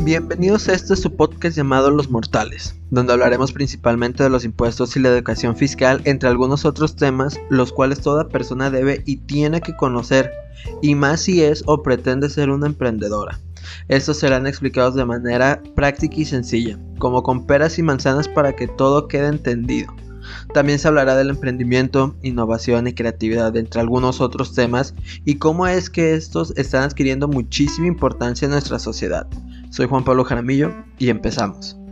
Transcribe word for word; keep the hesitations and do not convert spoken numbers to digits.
Bienvenidos a este su podcast llamado Los Mortales, donde hablaremos principalmente de los impuestos y la educación fiscal, entre algunos otros temas, los cuales toda persona debe y tiene que conocer, y más si es o pretende ser una emprendedora. Estos serán explicados de manera práctica y sencilla, como con peras y manzanas para que todo quede entendido. También se hablará del emprendimiento, innovación y creatividad, entre algunos otros temas, y cómo es que estos están adquiriendo muchísima importancia en nuestra sociedad. Soy Juan Pablo Jaramillo y empezamos.